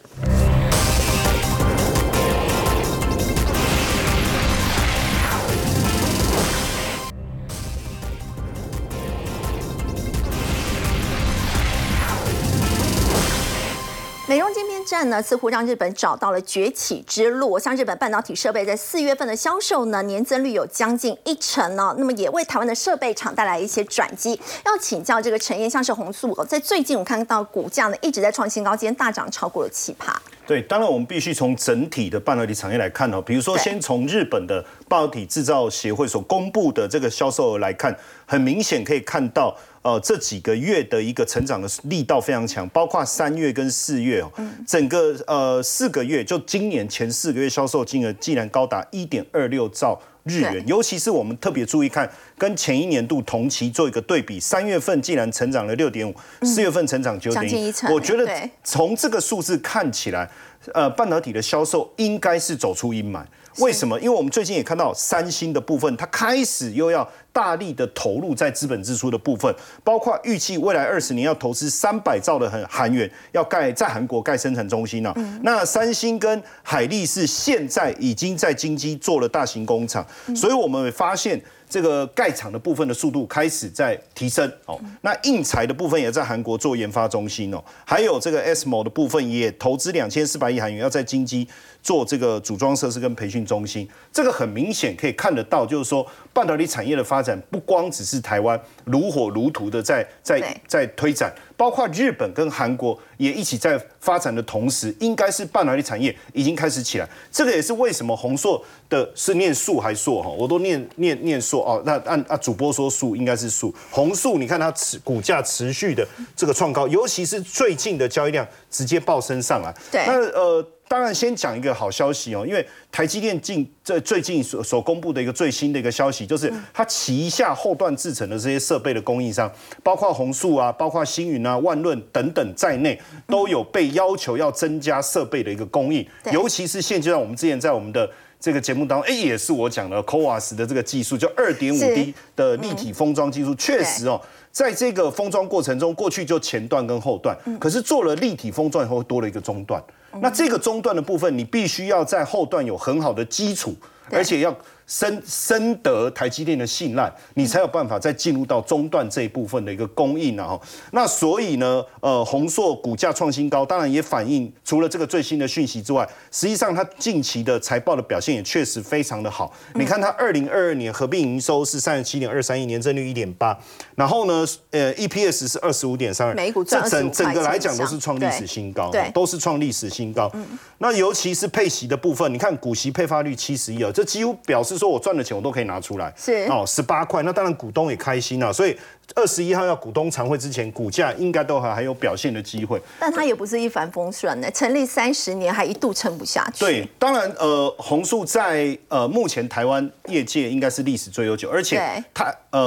美中晶片战呢，似乎让日本找到了崛起之路。像日本半导体设备在4月份的销售呢，年增率有将近1%哦。那么也为台湾的设备厂带来一些转机。要请教这个陈彦，像是宏塑在最近我看到股价呢一直在创新高，今天大涨超过了7%。 对，当然我们必须从整体的半导体产业来看哦。比如说，先从日本的半导体制造协会所公布的这个销售额来看，很明显可以看到。这几个月的一个成长的力道非常强，包括3月跟4月哦，整个4个月就今年前4个月销售金额竟然高达1.26兆日元，尤其是我们特别注意看，跟前一年度同期做一个对比，3月份竟然成长了6.5%，4月份成长9.1%，我觉得从这个数字看起来，半导体的销售应该是走出阴霾。为什么？因为我们最近也看到三星的部分，它开始又要大力的投入在资本支出的部分，包括预计未来20年要投资300兆的韩元，要在韩国盖生产中心啊。那三星跟海力士现在已经在京畿做了大型工厂，所以我们会发现。这个盖厂的部分的速度开始在提升哦，那印材的部分也在韩国做研发中心哦，还有这个 ASML 的部分也投资2400亿韩元，要在京畿做这个组装设施跟培训中心。这个很明显可以看得到，就是说半导体产业的发展不光只是台湾如火如荼的在推展，包括日本跟韩国也一起在发展的同时，应该是半导体产业已经开始起来。这个也是为什么宏硕的是念塑还硕哈，我都念塑哦。那按主播说塑应该是塑，宏塑你看它股价持续的这个创高，尤其是最近的交易量直接暴升上来。 对， 那当然先讲一个好消息哦，因为台积电最近所公布的一个最新的一个消息，就是它旗下后段制成的这些设备的供应商，包括宏塑啊、包括星云啊、万润等等在内，都有被要求要增加设备的一个供应，尤其是现阶段我们之前在我们的这个节目当中，也是我讲的 CoWoS 的这个技术，就2.5D 的立体封装技术，确实哦。在这个封装过程中，过去就前段跟后段，可是做了立体封装以后，多了一个中段。那这个中段的部分，你必须要在后段有很好的基础，而且要深得台积电的信赖，你才有办法再进入到中段这一部分的一个供应啊。那所以呢，宏硕股价创新高，当然也反映除了这个最新的讯息之外，实际上它近期的财报的表现也确实非常的好。你看它2022年合并营收是37.23亿，年增率1.8%，然后呢，EPS 是25.32， 每股赚25块， 整个来讲都是创历史新高，都是创历史新高。那尤其是配息的部分，你看股息配发率71%，这几乎表示说我赚的钱我都可以拿出来， 是哦，18块，那当然股东也开心了，所以21号要股东常会之前，股价应该都还有表现的机会。 但它也不是一帆风顺的，成立30年还一度撑不下去。 对，当然宏塑在目前台湾业界应该是历史最悠久，而且它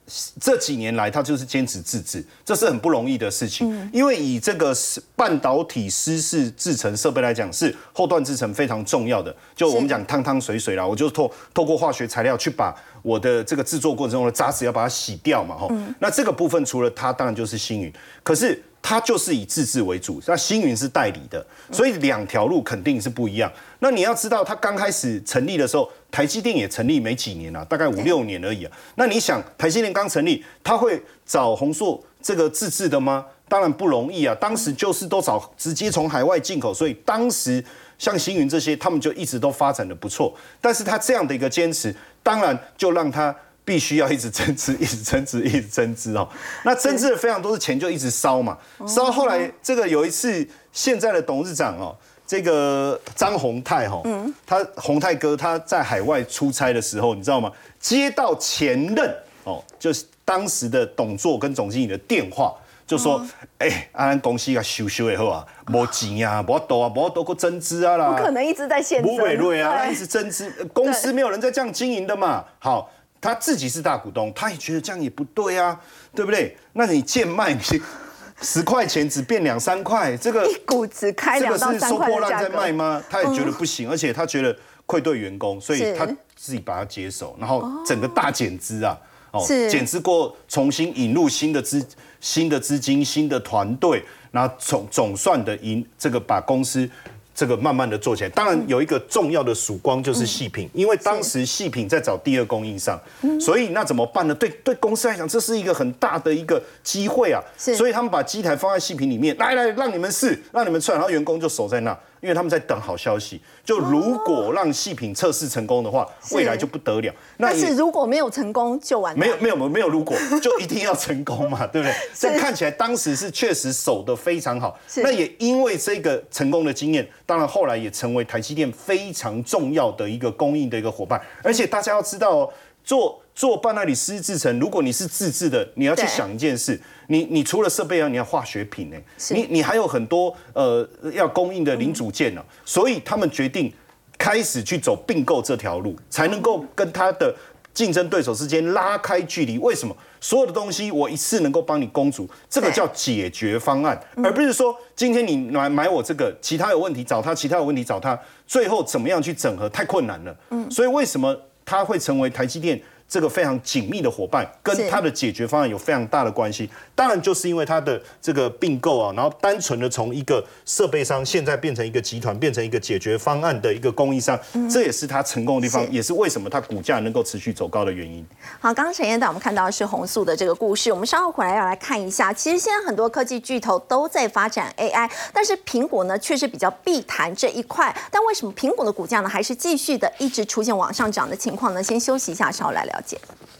这几年来，他就是坚持自制，这是很不容易的事情。因为以这个半导体湿式制程设备来讲，是后段制程非常重要的。就我们讲汤汤水水啦，我就透过化学材料去把我的这个制作过程中的杂质要把它洗掉嘛，那这个部分除了它，当然就是星云，可是它就是以自制为主，那星云是代理的，所以2条路肯定是不一样。那你要知道，它刚开始成立的时候，台积电也成立没几年啊，大概5、6年而已啊。那你想，台积电刚成立，他会找宏硕这个自制的吗？当然不容易啊。当时就是都直接从海外进口，所以当时像星云这些，他们就一直都发展的不错。但是他这样的一个坚持，当然就让他必须要一直增资，一直增资，一直增资哦。那增资的非常多的钱就一直烧嘛，烧后来这个有一次，现在的董事长哦。这个张宏泰他宏泰哥他在海外出差的时候，你知道吗？接到前任就是当时的董座跟总经理的电话，就说：“咱公司啊收以后啊，没钱啊，没多啊，没多过增资啊啦， 不可能一直在现不委瑞啊，一直增资，公司没有人在这样经营的嘛。好，他自己是大股东，他也觉得这样也不对啊，对不对？那你贱卖你。10块钱只变2、3块，这个一股只开2到3块的价格，这个是收破烂在卖吗？他也觉得不行，而且他觉得愧对员工，所以他自己把它接手，然后整个大减资啊，减资过，重新引入新的资金、新的团队，然后总算的这个把公司。这个慢慢的做起来，当然有一个重要的曙光就是细品，因为当时细品在找第2供应商，所以那怎么办呢？对公司来讲，这是一个很大的一个机会啊，所以他们把机台放在细品里面，来让你们试，让你们测，然后员工就守在那，因为他们在等好消息。就如果让细品测试成功的话，未来就不得了。 但是如果没有成功就完蛋。 没有如果，就一定要成功嘛，对不对？这看起来当时是确实守得非常好。那也因为这个成功的经验，当然后来也成为台积电非常重要的一个供应的一个伙伴。而且大家要知道哦，做半导体湿制程，如果你是自制的，你要去想一件事，你除了设备啊，你要化学品呢，你还有很多要供应的零组件呢，所以他们决定开始去走并购这条路，才能够跟他的竞争对手之间拉开距离。为什么？所有的东西我一次能够帮你攻足，这个叫解决方案，而不是说今天你买我这个，其他有问题找他，其他有问题找他，最后怎么样去整合太困难了。所以为什么它会成为台积电这个非常紧密的伙伴，跟它的解决方案有非常大的关系。当然，就是因为它的这个并购啊，然后单纯的从一个设备商，现在变成一个集团，变成一个解决方案的一个供应商，这也是它成功的地方，也是为什么它股价能够持续走高的原因。 好，刚刚陈彦导我们看到的是宏塑的这个故事，我们稍后回来要来看一下。其实现在很多科技巨头都在发展 AI， 但是苹果呢确实比较避谈这一块。但为什么苹果的股价呢还是继续的一直出现往上涨的情况呢？先休息一下，稍后来了解。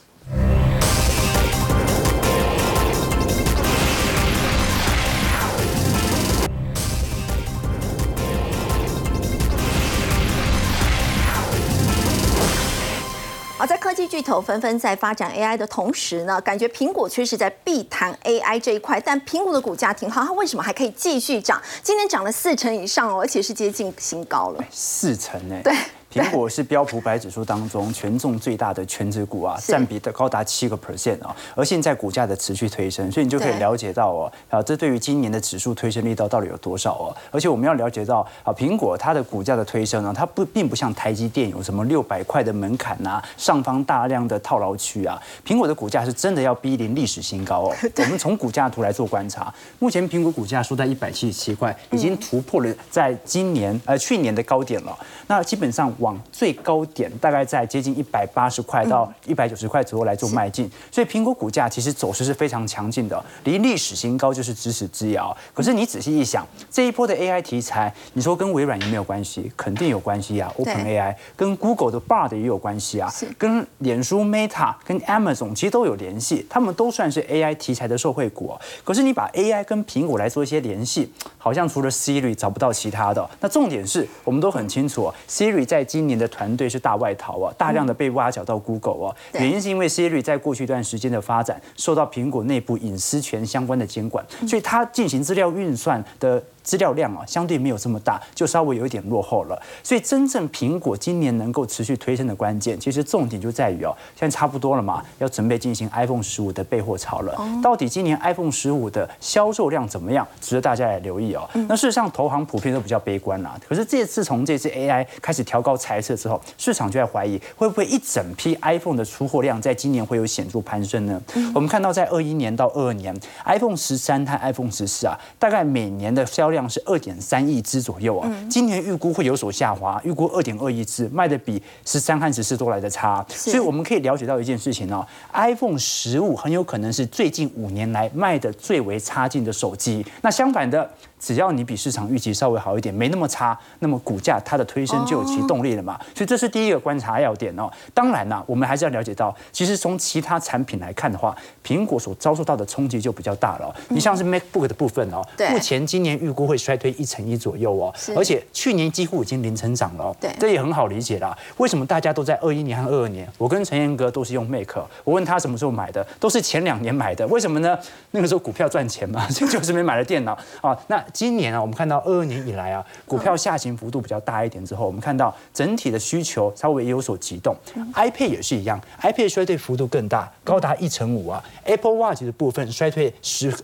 好，在科技巨头纷纷在发展 AI 的同时呢，感觉苹果确实在避谈 AI 这一块，但苹果的股价挺好，它为什么还可以继续涨？今天涨了40%以上哦，而且是接近新高了。 40%哎， 对。 苹果是标普100指数当中权重最大的权值股啊，占比的高达7%啊，而现在股价的持续推升，所以你就可以了解到哦，这对于今年的指数推升力道到底有多少哦？而且我们要了解到啊，苹果它的股价的推升呢，它并不像台积电有什么600块的门槛啊，上方大量的套牢区啊，苹果的股价是真的要逼临历史新高哦。我们从股价图来做观察，目前苹果股价收在177块，已经突破了在去年的高点了。那基本上往最高点大概在接近180块到190块左右来做迈进，所以苹果股价其实走势是非常强劲的，离历史新高就是咫尺之遥。可是你仔细一想，这一波的 AI 题材，你说跟微软有没有关系？肯定有关系啊 ，OpenAI 跟 Google 的 Bard 也有关系啊，跟脸书 Meta 跟 Amazon 其实都有联系，他们都算是 AI 题材的受惠股哦。可是你把 AI 跟苹果来做一些联系，好像除了 Siri 找不到其他的。那重点是我们都很清楚，Siri 在今年的团队是大外逃啊，大量的被挖角到 Google 啊，原因是因为 Siri 在过去一段时间的发展受到苹果内部隐私权相关的监管，所以它进行资料运算的资料量相对没有这么大，就稍微有一点落后了。所以真正苹果今年能够持续推升的关键，其实重点就在于现在差不多了嘛，要准备进行 iPhone 15的备货潮了。到底今年 iPhone 15的销售量怎么样，值得大家来留意那事实上，投行普遍都比较悲观啦。可是从这次 AI 开始调高财测之后，市场就在怀疑会不会一整批 iPhone 的出货量在今年会有显著攀升呢？我们看到在21年到22年 ，iPhone 13和 iPhone 14大概每年的销量是2.3亿只左右今年预估会有所下滑，预估2.2亿只，卖的比13和14都来得差。所以我们可以了解到一件事情iPhone 15很有可能是最近5年来卖的最为差劲的手机。那相反的，只要你比市场预期稍微好一点，没那么差，那么股价它的推升就有其动力了嘛。所以这是第一个观察要点当然我们还是要了解到，其实从其他产品来看的话，苹果所遭受到的冲击就比较大了你像是 MacBook 的部分目前今年预估会衰退1%左右而且去年几乎已经零成长了这也很好理解啦。为什么大家都在21年和22年？我跟陈彦哥都是用 Mac， 我问他什么时候买的，都是前2年买的。为什么呢？那个时候股票赚钱嘛，所以就是没买了电脑那今年我们看到22年以来股票下行幅度比较大一点之后，我们看到整体的需求稍微也有所急动。iPad 也是一样 ，iPad 衰退幅度更大，高达1.5%。Apple Watch 的部分衰退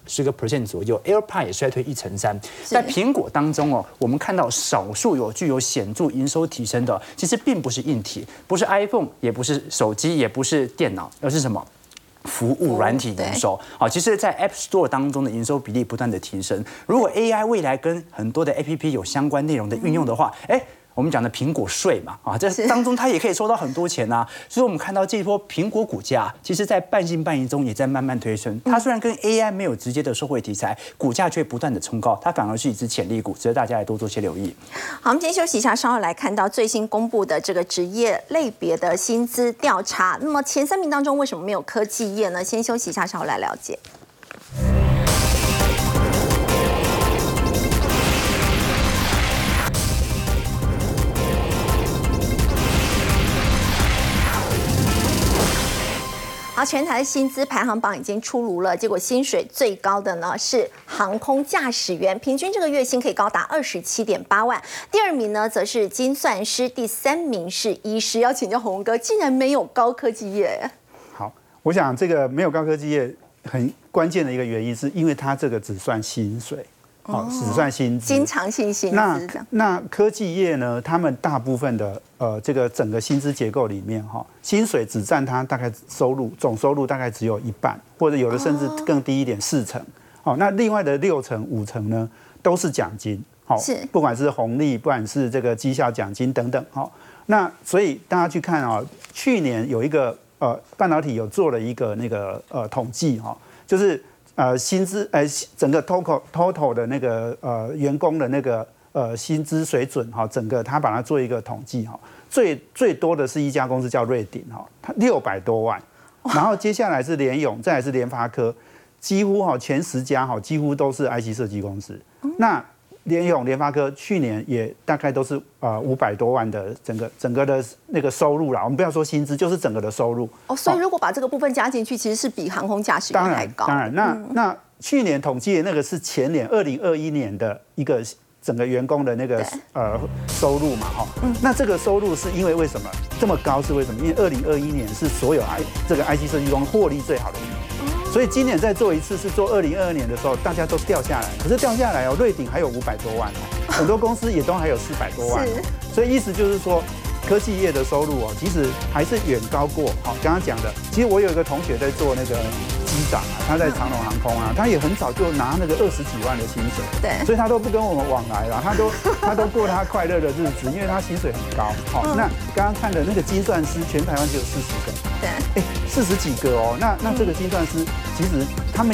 10% 左右 ，AirPods 也衰退1.3%。在苹果当中我们看到少数具有显著营收提升的，其实并不是硬体，不是 iPhone， 也不是手机，也不是电脑，而是什么？服务软体营收其实，在 App Store 当中的营收比例不断的提升。如果 AI 未来跟很多的 APP 有相关内容的运用的话，我们讲的苹果税嘛，这当中它也可以收到很多钱所以我们看到这一波苹果股价，其实在半信半疑中也在慢慢推升。它虽然跟 AI 没有直接的受惠题材，股价却不断的冲高，它反而是一只潜力股，值得大家来多做些留意。 好，我们今天休息一下，稍后来看到最新公布的这个职业类别的薪资调查。那么前3名当中为什么没有科技业呢？先休息一下，稍后来了解。好，全台的薪资排行榜已经出炉了，结果薪水最高的呢是航空驾驶员，平均这个月薪可以高达27.8万。第2名呢则是精算师，第3名是医师。要请教洪哥，竟然没有高科技业。 好，我想这个没有高科技业很关键的一个原因，是因为它这个只算薪水。只算薪资， 经常性薪资。 那科技业呢？他们大部分的这个整个薪资结构里面薪水只占它大概总收入大概只有1半，或者有的甚至更低一点，40%。那另外的6成5成呢，都是奖金。不管是红利，不管是这个绩效奖金等等。那所以大家去看去年有一个半导体有做了一个那个统计就是薪资整个 total 的那个员工的那个薪资水准整个他把它做一个统计最多的是一家公司叫瑞鼎它600多万，然后接下来是联咏，再来是联发科，几乎前10家几乎都是 IC 设计公司。那联咏、联发科去年也大概都是500多万的整个的那个收入啦。我们不要说薪资，就是整个的收入。 所以如果把这个部分加进去，其实是比航空驾驶员还高。 当然，那去年统计的那个是前年2021年的一个整个员工的那个收入嘛那这个收入是因为为什么这么高？是为什么？因为2021年是所有这个 IC 设计公司获利最好的一年。所以今年再做一次，是做2022年的时候，大家都掉下来。可是掉下来瑞鼎还有500多万很多公司也都还有400多万所以意思就是说，科技业的收入其实还是远高过刚刚讲的。其实我有一个同学在做那个机长他在长荣航空他也很早就拿那个20几万的薪水， 对， 所以他都不跟我们往来了，他都过他快乐的日子，因为他薪水很高。那刚刚看的那个精算师，全台湾只有40个， 对， 40几个那这个精算师其实他们